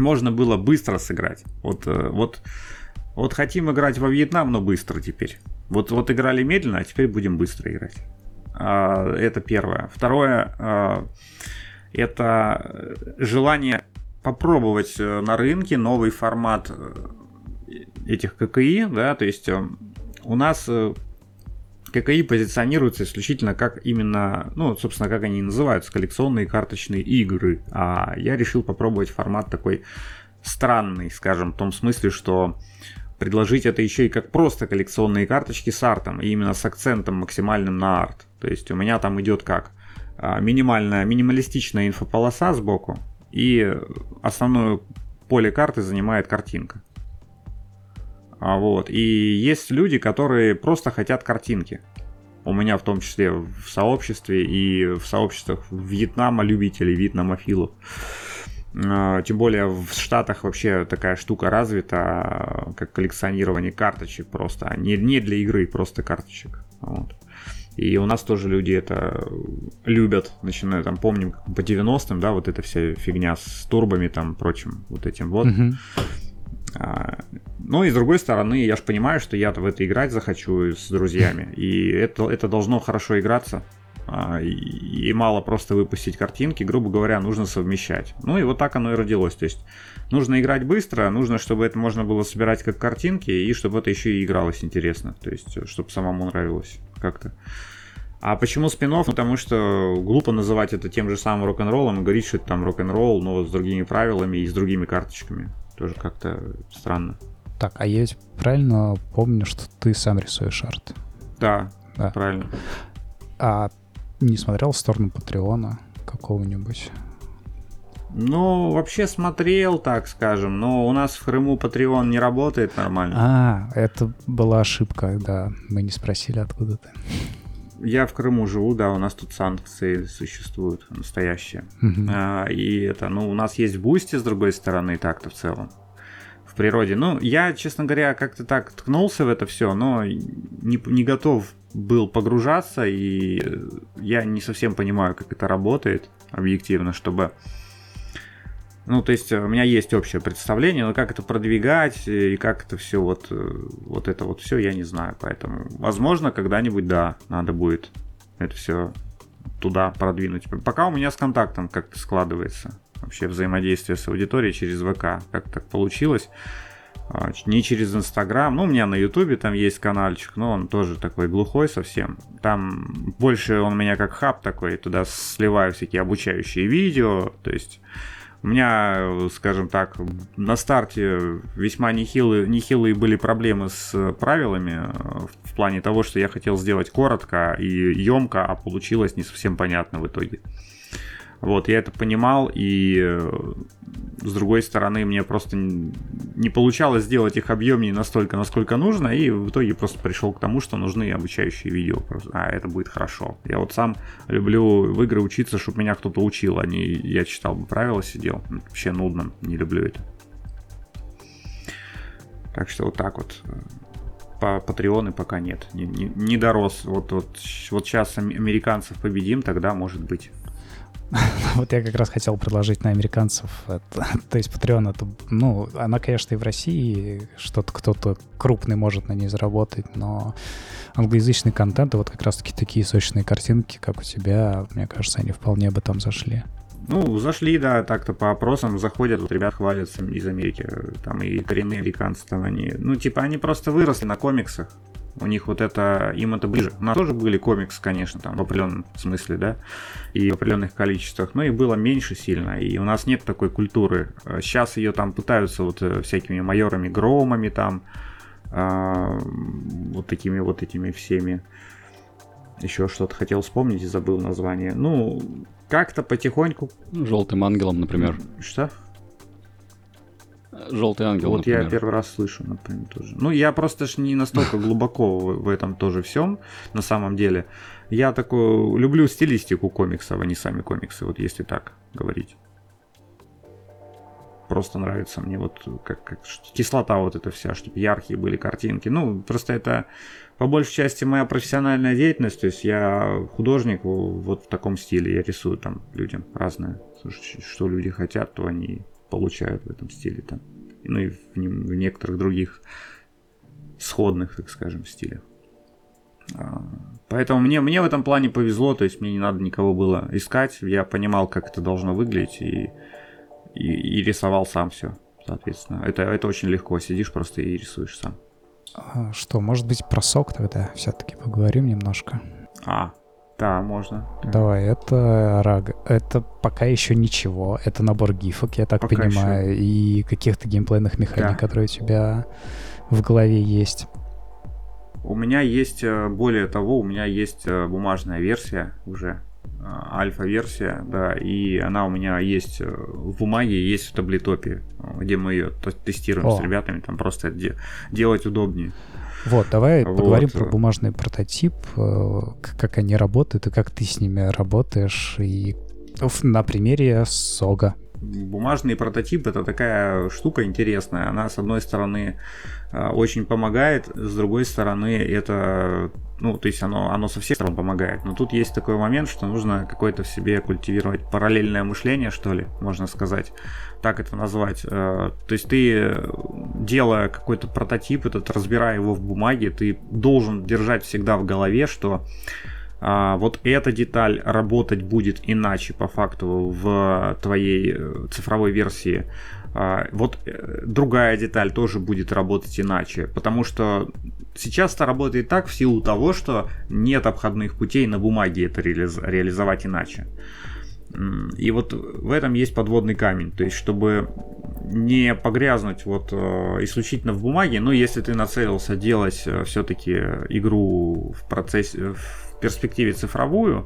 можно было быстро сыграть. Вот хотим играть во Вьетнам, но быстро теперь. Вот играли медленно, а теперь будем быстро играть. Это первое. Второе, это желание попробовать на рынке новый формат этих ККИ, да, то есть у нас ККИ позиционируется исключительно как именно, ну, собственно, как они и называются, коллекционные карточные игры. А я решил попробовать формат такой странный, скажем, в том смысле, что предложить это еще и как просто коллекционные карточки с артом, и именно с акцентом максимальным на арт. То есть у меня там идет как минималистичная инфополоса сбоку, и основное поле карты занимает картинка. Вот. И есть люди, которые просто хотят картинки. У меня в том числе в сообществе и в сообществах Вьетнама любителей, вьетнамофилов. Тем более в Штатах вообще такая штука развита, как коллекционирование карточек просто. Не для игры, просто карточек. Вот. И у нас тоже люди это любят. Начиная, там, помним, по 90-м, да, вот эта вся фигня с турбами, там, прочим, вот этим вот. Ну и с другой стороны, я же понимаю, что я-то в это играть захочу с друзьями. И это должно хорошо играться. И мало просто выпустить картинки, грубо говоря, нужно совмещать. Ну и вот так оно и родилось. То есть нужно играть быстро, нужно, чтобы это можно было собирать как картинки, и чтобы это еще и игралось интересно. То есть, чтобы самому нравилось как-то. А почему спин-офф? Потому что глупо называть это тем же самым рок-н-роллом и говорить, что это там рок-н-ролл, но с другими правилами и с другими карточками. Тоже как-то странно. Так, а я ведь правильно помню, что ты сам рисуешь арт? Да, правильно. А не смотрел в сторону Патреона какого-нибудь? Ну, вообще смотрел, так скажем, но у нас в Крыму Patreon не работает нормально. Это была ошибка, да. Мы не спросили, откуда ты. Я в Крыму живу, да, у нас тут санкции существуют настоящие. И это, у нас есть Boosty с другой стороны, так-то в целом. В природе. Ну, я, честно говоря, как-то так ткнулся в это все, но не готов был погружаться, и я не совсем понимаю, как это работает объективно, чтобы... Ну, то есть у меня есть общее представление, но как это продвигать и как это все вот это вот все, я не знаю. Поэтому, возможно, когда-нибудь, да, надо будет это все туда продвинуть. Пока у меня с контактом как-то складывается вообще взаимодействие с аудиторией через ВК. Как так получилось? Не через Инстаграм. Ну, у меня на Ютубе там есть каналчик, но он тоже такой глухой совсем. Там больше он у меня как хаб такой, туда сливаю всякие обучающие видео, то есть... У меня, скажем так, на старте весьма нехилые были проблемы с правилами в плане того, что я хотел сделать коротко и емко, а получилось не совсем понятно в итоге. Вот, я это понимал, и с другой стороны, мне просто не получалось сделать их объемнее настолько, насколько нужно, и в итоге просто пришел к тому, что нужны обучающие видео. А это будет хорошо. Я вот сам люблю в игры учиться, чтобы меня кто-то учил, а не я читал бы правила, сидел. Вообще нудно, не люблю это. Так что вот так вот. По Патреоны пока нет, не дорос. Вот сейчас американцев победим, тогда может быть. Вот я как раз хотел предложить на американцев. То есть Patreon, это, она, конечно, и в России что-то кто-то крупный может на ней заработать, но англоязычный контент, и вот как раз-таки такие сочные картинки, как у тебя, мне кажется, они вполне бы там зашли. Ну, зашли, да, так-то по опросам заходят, вот ребят хвалятся из Америки, там и коренные американцы, там они, они просто выросли на комиксах. У них вот это, им это ближе. У нас тоже были комиксы, конечно, там в определенном смысле, да, и в определенных количествах, но их было меньше сильно, и у нас нет такой культуры. Сейчас ее там пытаются вот всякими майорами Громами там, вот этими всеми. Еще что-то хотел вспомнить и забыл название. Ну, как-то потихоньку... Желтым ангелом, например. Что? Желтый ангел, вот например. Я первый раз слышу, например, тоже. Ну, я просто ж не настолько глубоко в этом тоже всем, на самом деле. Я такой люблю стилистику комиксов, а не сами комиксы, вот если так говорить. Просто нравится мне вот как кислота вот эта вся, чтобы яркие были картинки. Ну, просто это по большей части моя профессиональная деятельность, то есть я художник вот в таком стиле, я рисую там людям разное. Что люди хотят, то они получают в этом стиле там. Ну и в некоторых других сходных, так скажем, стилях. Поэтому мне в этом плане повезло, то есть мне не надо никого было искать, я понимал, как это должно выглядеть, и рисовал сам все, соответственно. Это очень легко, сидишь просто и рисуешь сам. Что, может быть, про сок тогда все-таки поговорим немножко? Да, можно. Давай, это пока еще ничего, это набор гифок, я так пока понимаю, еще. И каких-то геймплейных механик, которые у тебя в голове есть. У меня есть, более того, у меня есть бумажная версия уже, альфа-версия, да, и она у меня есть в бумаге, есть в таблетопе, где мы ее тестируем с ребятами, там просто делать удобнее. Вот, давай поговорим про бумажный прототип, как они работают и как ты с ними работаешь, и на примере Сога. Бумажный прототип — это такая штука интересная. Она, с одной стороны, очень помогает, с другой стороны, это, то есть оно со всех сторон помогает. Но тут есть такой момент, что нужно какое-то в себе культивировать параллельное мышление, что ли, можно сказать, так это назвать. То есть ты, делая какой-то прототип, разбирая его в бумаге, ты должен держать всегда в голове, что вот эта деталь работать будет иначе по факту в твоей цифровой версии. Вот другая деталь тоже будет работать иначе. Потому что сейчас это работает так в силу того, что нет обходных путей на бумаге это реализовать иначе. И вот в этом есть подводный камень. То есть, чтобы не погрязнуть исключительно в бумаге, если ты нацелился делать все-таки игру в процессе, в перспективе цифровую.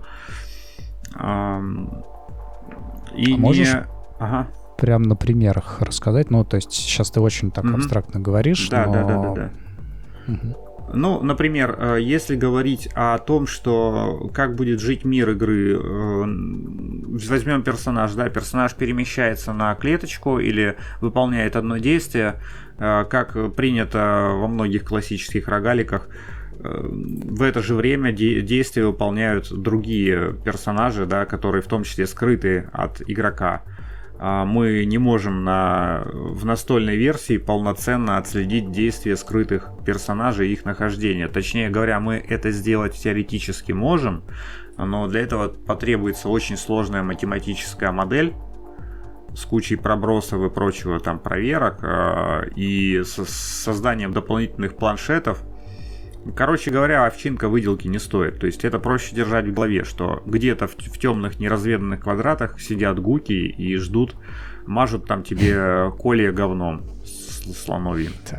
Можешь прям на примерах рассказать? То есть сейчас ты очень так абстрактно говоришь, Да. Например, если говорить о том, что как будет жить мир игры, возьмем персонаж, да, персонаж перемещается на клеточку или выполняет одно действие, как принято во многих классических рогаликах. В это же время действия выполняют другие персонажи, да, которые в том числе скрыты от игрока. Мы не можем в настольной версии полноценно отследить действия скрытых персонажей и их нахождение. Точнее говоря, мы это сделать теоретически можем, но для этого потребуется очень сложная математическая модель с кучей пробросов и прочего там проверок и с созданием дополнительных планшетов. Короче говоря, овчинка выделки не стоит. То есть это проще держать в голове, что где-то в темных неразведанных квадратах сидят гуки и ждут, мажут там тебе колья говном слоновьим. Так.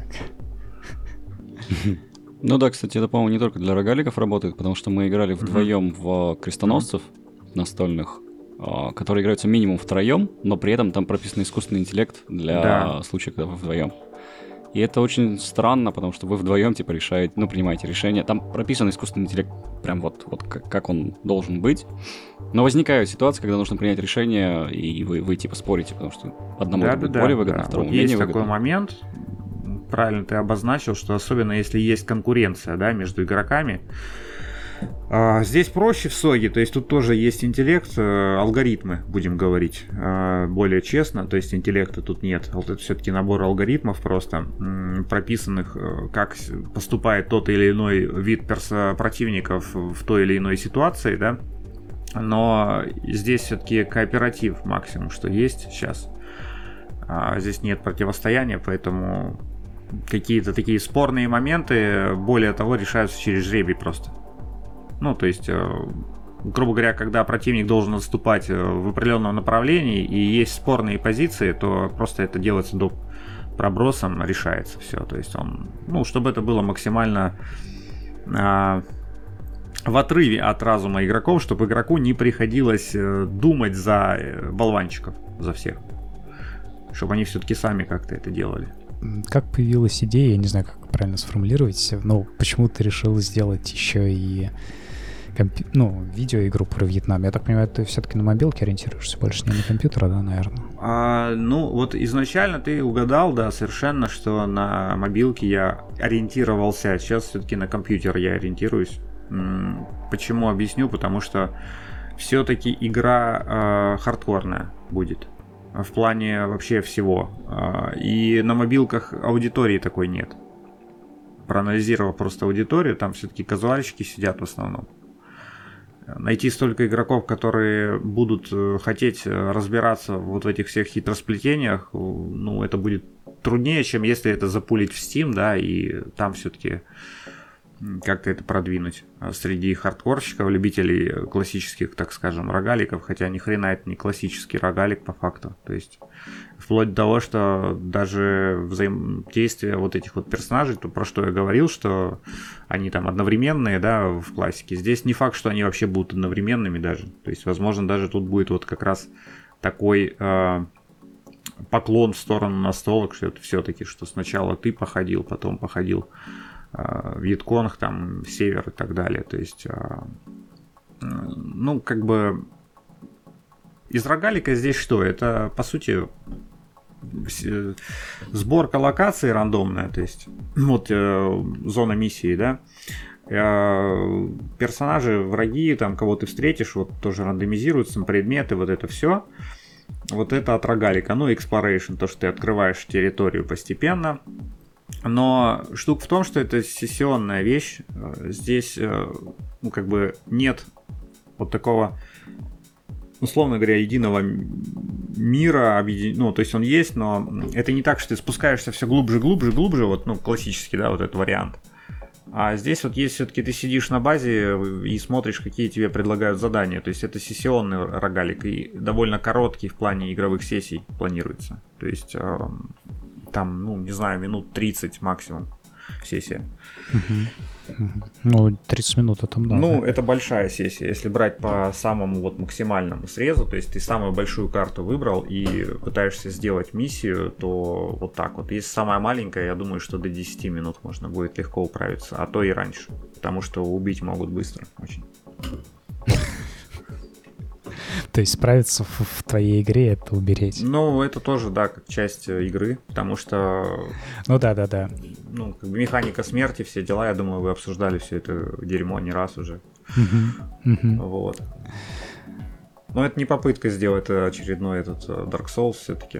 Да, кстати, это, по-моему, не только для рогаликов работает, потому что мы играли вдвоем в крестоносцев настольных, которые играются минимум втроем, но при этом там прописан искусственный интеллект для случая, когда вы вдвоем. И это очень странно, потому что вы вдвоем решаете, принимаете решение. Там прописан искусственный интеллект прям вот как он должен быть. Но возникают ситуации, когда нужно принять решение, и вы спорите, потому что одному это будет более выгодно, второму менее выгодно. Есть такой момент, правильно ты обозначил, что особенно если есть конкуренция, да, между игроками. Здесь проще в Соге, то есть тут тоже есть интеллект, алгоритмы, будем говорить более честно, то есть интеллекта тут нет, это все-таки набор алгоритмов просто прописанных, как поступает тот или иной вид противников в той или иной ситуации, да, но здесь все-таки кооператив максимум, что есть сейчас, здесь нет противостояния, поэтому какие-то такие спорные моменты, более того, решаются через жребий просто. То есть, грубо говоря, когда противник должен отступать в определенном направлении и есть спорные позиции, то просто это делается доп. Пробросом, решается все. То есть он, чтобы это было максимально в отрыве от разума игроков, чтобы игроку не приходилось думать за болванчиков, за всех. Чтобы они все-таки сами как-то это делали. Как появилась идея, я не знаю, как правильно сформулировать, но почему ты решил сделать еще и видеоигру про Вьетнам? Я так понимаю, ты все-таки на мобилке ориентируешься, больше не на компьютера, да, наверное? Изначально ты угадал, да, совершенно, что на мобилке я ориентировался, сейчас все-таки на компьютер я ориентируюсь. Почему? Объясню, потому что все-таки игра хардкорная будет. в плане вообще всего. И на мобилках аудитории такой нет. Проанализировав просто аудиторию, там все-таки казуальщики сидят в основном. Найти столько игроков, которые будут хотеть разбираться вот в этих всех хитросплетениях, ну, это будет труднее, чем если это запулить в Steam, да, и там все-таки как-то это продвинуть среди хардкорщиков, любителей классических, так скажем, рогаликов, хотя ни хрена это не классический рогалик по факту. То есть вплоть до того, что даже взаимодействие вот этих вот персонажей, то про что я говорил, что они там одновременные, да, в классике. Здесь не факт, что они вообще будут одновременными даже. То есть, возможно, даже тут будет вот как раз такой поклон в сторону настолок, что это все-таки, что сначала ты походил, потом походил Вьетконг, там, Север и так далее. То есть, ну, как бы из рогалика здесь что? Это, по сути, сборка локаций рандомная, то есть, вот зона миссии, да, персонажи, враги, там, кого ты встретишь, вот тоже рандомизируются, предметы, вот это все. Вот это от рогалика. Ну, exploration, то, что ты открываешь территорию постепенно. Но штука в том, что это сессионная вещь. Здесь, ну, как бы нет вот такого, условно говоря, единого мира. Ну, то есть он есть, но это не так, что ты спускаешься все глубже, вот, ну, классический, да, вот этот вариант. А здесь вот есть все-таки ты сидишь на базе и смотришь, какие тебе предлагают задания. То есть это сессионный рогалик и довольно короткий в плане игровых сессий планируется. То есть там, ну, не знаю, минут 30 максимум сессия. Ну, 30 минут это много. Ну, это большая сессия. Если брать по самому вот максимальному срезу, то есть ты самую большую карту выбрал и пытаешься сделать миссию, то вот так вот. Если самая маленькая, я думаю, что до 10 минут можно будет легко управиться, а то и раньше. Потому что убить могут быстро очень. То есть справиться в твоей игре — это умереть. Ну, это тоже, да, как часть игры, потому что... Ну да. Ну, как бы механика смерти, все дела, я думаю, вы обсуждали все это дерьмо не раз уже. Вот. Но это не попытка сделать очередной этот Dark Souls все-таки.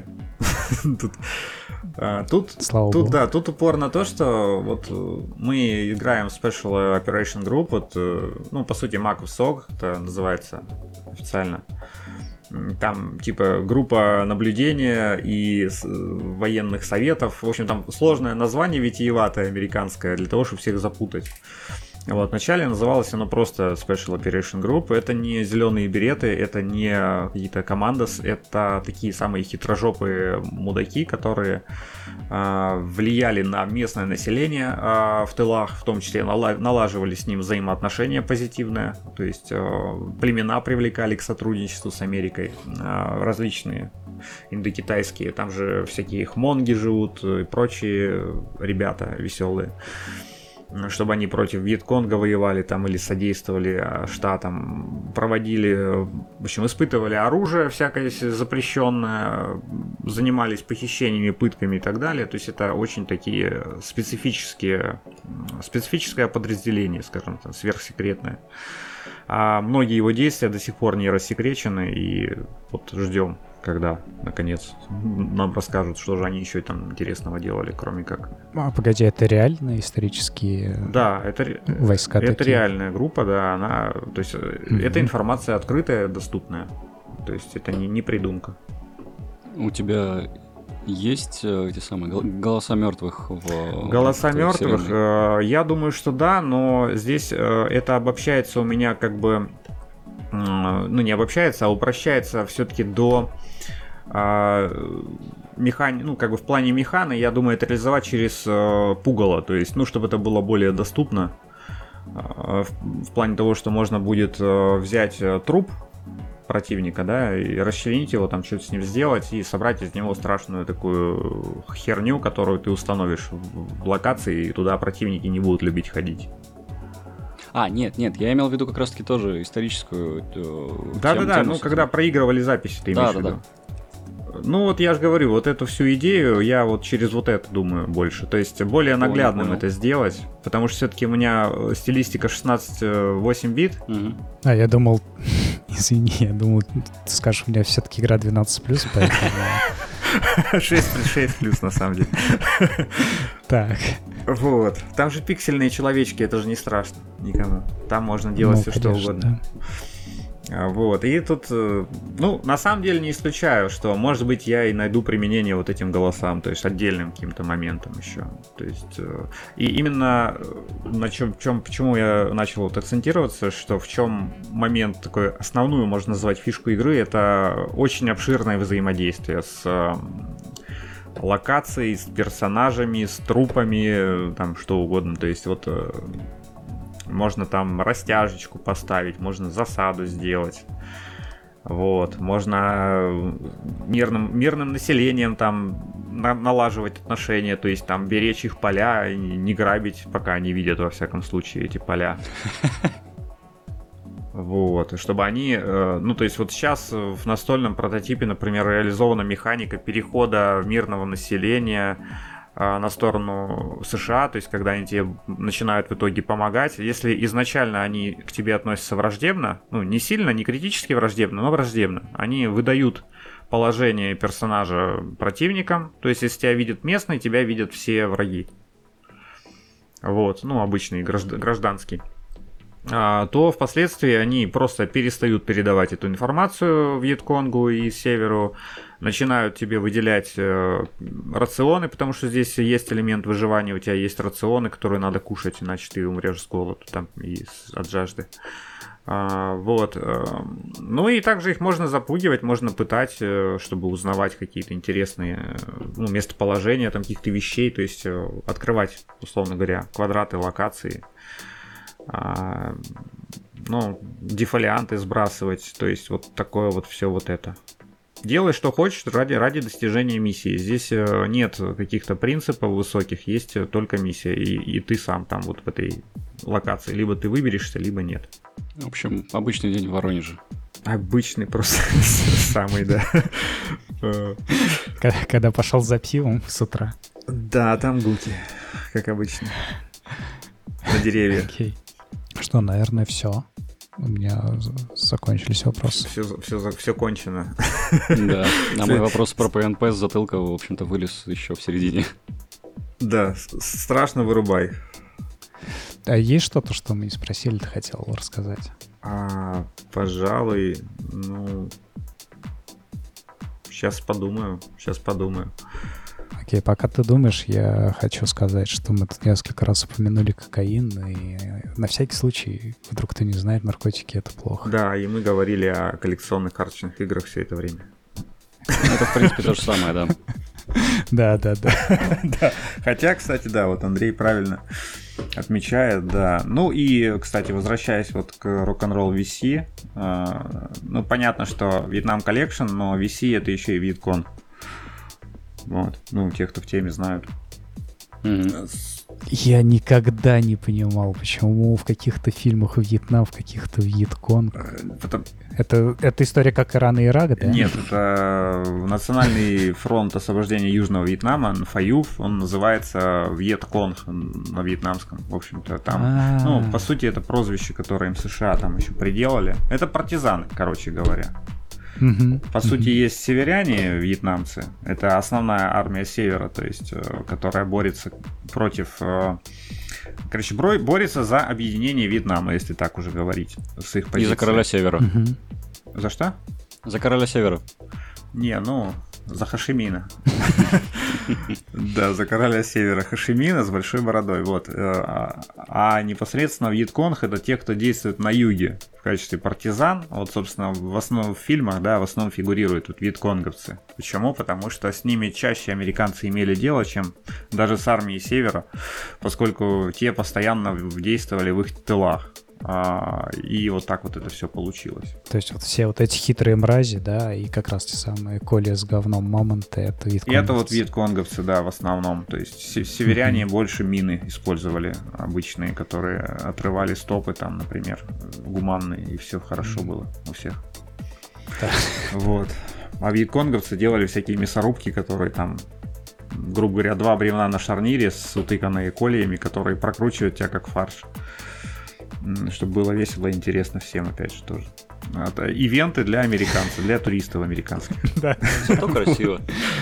Тут упор на то, что вот мы играем в Special Operation Group, вот, ну, по сути, Mac of SOG это называется официально. Там, типа, группа наблюдения и военных советов. В общем, там сложное название витиеватое американское, для того, чтобы всех запутать. Вот, вначале называлось оно просто Special Operation Group. Это не зеленые береты, это не какие-то командос, это такие самые хитрожопые мудаки, которые влияли на местное население в тылах, в том числе налаживали с ним взаимоотношения позитивные, то есть племена привлекали к сотрудничеству с Америкой, различные индокитайские, там же всякие хмонги живут и прочие ребята веселые, чтобы они против Вьетконга воевали там или содействовали штатам, проводили, в общем, испытывали оружие всякое запрещенное, занимались похищениями, пытками и так далее. То есть это очень такие специфическое подразделение, скажем так, сверхсекретное. А многие его действия до сих пор не рассекречены, и вот ждем, когда, наконец, нам расскажут, что же они еще там интересного делали, кроме как... Погоди, это реальные исторические войска? Это реальная группа, да, она... То есть эта информация открытая, доступная, то есть это не придумка. У тебя есть эти самые голоса мертвых в... Голоса мертвых? Я думаю, что да, но здесь это обобщается у меня как бы... Ну, не обобщается, а упрощается все-таки до ну, как бы в плане механы, я думаю, это реализовать через пугало, то есть, ну, чтобы это было более доступно, в плане того, что можно будет взять труп противника, да, и расчленить его, там что-то с ним сделать и собрать из него страшную такую херню, которую ты установишь в локации, и туда противники не будут любить ходить. Нет, я имел в виду как раз-таки тоже историческую Да, ну, когда проигрывали записи, ты имеешь в виду? Ну, вот я же говорю, вот эту всю идею я вот через вот это думаю больше. То есть более наглядным это сделать, потому что все-таки у меня стилистика 16-8 бит. Я думал, Извини, я думал, ты скажешь, у меня все-таки игра 12+, поэтому... 6+, на самом деле. Так. Вот. Там же пиксельные человечки, это же не страшно никому. Там можно делать все, что угодно. Вот, и тут, ну, на самом деле не исключаю, что, может быть, я и найду применение вот этим голосам, то есть отдельным каким-то моментом еще. То есть, и именно почему я начал вот акцентироваться, что в чем момент такой основную, можно назвать, фишку игры, это очень обширное взаимодействие с локацией, с персонажами, с трупами, там, что угодно, то есть вот... Можно там растяжечку поставить, можно засаду сделать. Вот. Можно мирным населением там налаживать отношения, то есть там беречь их поля и не грабить, пока они видят, во всяком случае, эти поля. Вот, и чтобы они, ну, то есть вот сейчас в настольном прототипе, например, реализована механика перехода мирного населения на сторону США, то есть когда они тебе начинают в итоге помогать, если изначально они к тебе относятся враждебно, ну не сильно, не критически враждебно, но враждебно, они выдают положение персонажа противникам, то есть если тебя видят местные, тебя видят все враги. Вот, ну обычный гражданский. То впоследствии они просто перестают передавать эту информацию Вьетконгу и Северу, начинают тебе выделять рационы, потому что здесь есть элемент выживания, у тебя есть рационы, которые надо кушать, иначе ты умрешь с голоду там, и от жажды. Вот. Ну и также их можно запугивать, можно пытать, чтобы узнавать какие-то интересные, ну, местоположения там, каких-то вещей, то есть открывать, условно говоря, квадраты, локации. Ну, дефолианты сбрасывать, то есть вот такое вот все вот это. Делай, что хочешь ради достижения миссии. Здесь нет каких-то принципов высоких, есть только миссия, и ты сам там вот в этой локации. Либо ты выберешься, либо нет. В общем, обычный день в Воронеже. Обычный просто самый, да. Когда пошел за пивом с утра. Да, там гуки, как обычно. На деревьях. Окей. Что, наверное, все. У меня закончились вопросы. Все кончено. Да, а мой вопрос про ПНП с затылка, в общем-то, вылез еще в середине. Да, страшно вырубай. А есть что-то, что мы не спросили, ты хотел рассказать? Пожалуй, ну... Сейчас подумаю. Окей, пока ты думаешь, я хочу сказать, что мы тут несколько раз упомянули кокаин, и на всякий случай, вдруг кто не знает, наркотики — это плохо. Да, и мы говорили о коллекционных карточных играх все это время. Это, в принципе, то же самое, да. Да. Хотя, кстати, да, вот Андрей правильно отмечает, да. Ну и, кстати, возвращаясь вот к Rock'n'Roll VC, ну, понятно, что Vietnam Collection, но VC — это еще и Вьеткон. Вот, ну, те, кто в теме, знают. Я никогда не понимал, почему в каких-то фильмах Вьетнам, в каких-то Вьетконг. Это история как Иран и Ирак, да? Нет, это Национальный фронт освобождения Южного Вьетнама, ФАЮФ, он называется Вьетконг на вьетнамском, в общем-то, там. Ну, по сути, это прозвище, которое им США там еще приделали. Это партизаны, короче говоря. По сути, есть северяне, вьетнамцы. Это основная армия севера, то есть, которая борется против... Короче, борется за объединение Вьетнама, если так уже говорить, с их позиции. И за короля севера. За что? За короля севера. Не, ну, за Хошимина. Да, за короля севера Хошимина с большой бородой. Вот. А непосредственно Вьетконг — это те, кто действует на юге в качестве партизан. Вот, собственно, в основном в фильмах, да, в основном фигурируют вот вьетконговцы. Почему? Потому что с ними чаще американцы имели дело, чем даже с армией севера, поскольку те постоянно действовали в их тылах. И вот так вот это все получилось. То есть вот все вот эти хитрые мрази, да, и как раз те самые коли с говном мамонты, это вьетконговцы. И это вот вьетконговцы, да, в основном. То есть северяне больше мины использовали обычные, которые отрывали стопы там, например, гуманные, и все хорошо было у всех. Вот. А вьетконговцы делали всякие мясорубки, которые там, грубо говоря, 2 бревна на шарнире с утыканными кольями, которые прокручивают тебя как фарш. чтобы было весело и интересно всем, опять же, тоже. Это ивенты для американцев, для туристов американских. Да. Зато красиво.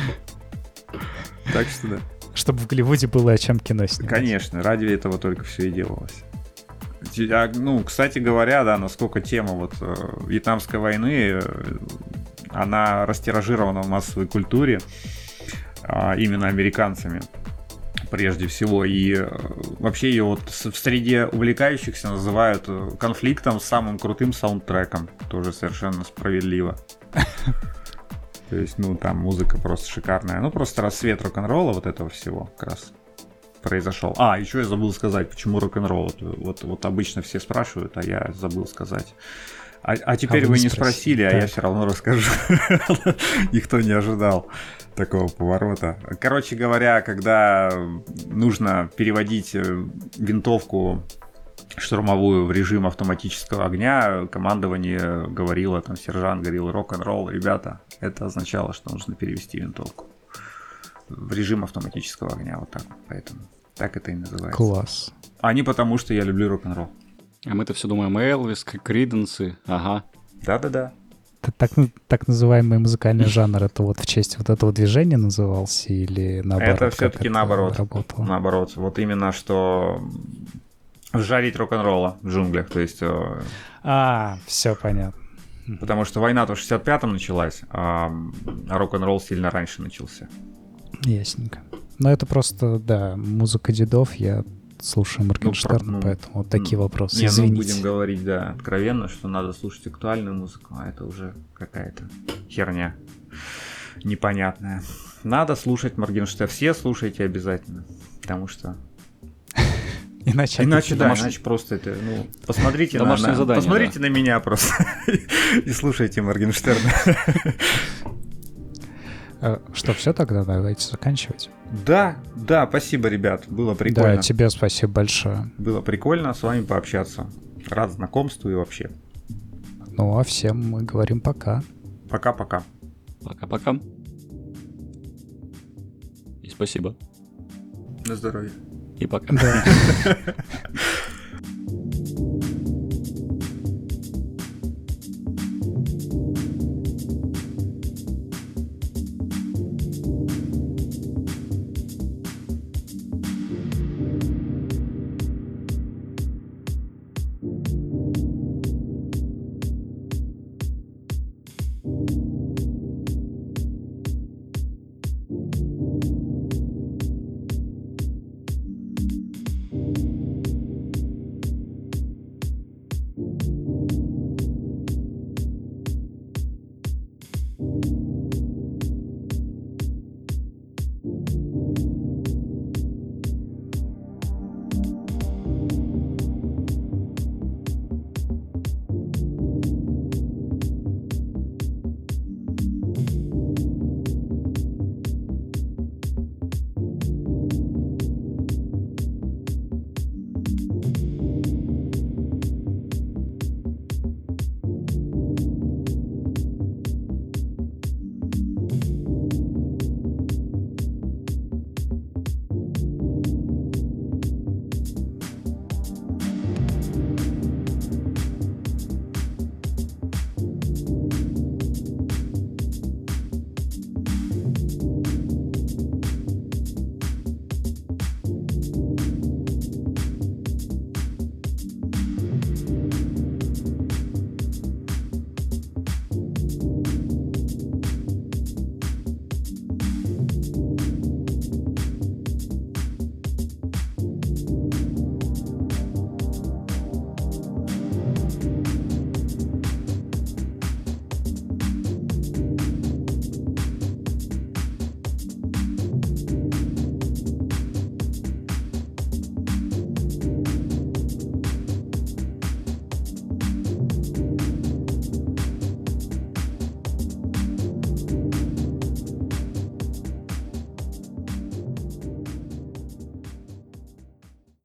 Так что да. Чтобы в Голливуде было о чем кино снимать. Конечно, ради этого только все и делалось. Ну, кстати говоря, да, насколько тема вот Вьетнамской войны, она растиражирована в массовой культуре именно американцами прежде всего, и вообще ее вот в среде увлекающихся называют конфликтом с самым крутым саундтреком, тоже совершенно справедливо. То есть, ну, там музыка просто шикарная, ну, просто рассвет рок-н-ролла вот этого всего как раз произошел. Еще я забыл сказать, почему рок-н-ролл. Вот обычно все спрашивают, а я забыл сказать. А теперь вы не спросили, а я все равно расскажу. Никто не ожидал такого поворота. Короче говоря, когда нужно переводить винтовку штурмовую в режим автоматического огня, командование говорило, там сержант говорил, рок-н-ролл, ребята, это означало, что нужно перевести винтовку в режим автоматического огня, вот так. Поэтому так это и называется. Класс. А не потому, что я люблю рок-н-ролл. А мы-то все думаем, Элвис, Криденсы, ага. Да-да-да. Так называемый музыкальный жанр, это вот в честь вот этого движения назывался или наоборот? Это все-таки наоборот. Работало? Наоборот. Вот именно что жарить рок-н-ролла в джунглях, то есть... все понятно. Потому что война-то в 65-м началась, а рок-н-ролл сильно раньше начался. Ясненько. Но это просто, да, музыка дедов, я слушаю Моргенштерна, поэтому вот такие вопросы, извините. Будем говорить, да, откровенно, что надо слушать актуальную музыку, а это уже какая-то херня непонятная. Надо слушать Моргенштерна, все слушайте обязательно, потому что... Иначе просто это, ну, посмотрите на меня просто и слушайте Моргенштерна. Что, все тогда? Давайте заканчивать. Да, спасибо, ребят, было прикольно. Да, тебе спасибо большое. Было прикольно с вами пообщаться. Рад знакомству и вообще. Ну, а всем мы говорим пока. Пока-пока. Пока-пока. И спасибо. На здоровье. И пока. Да.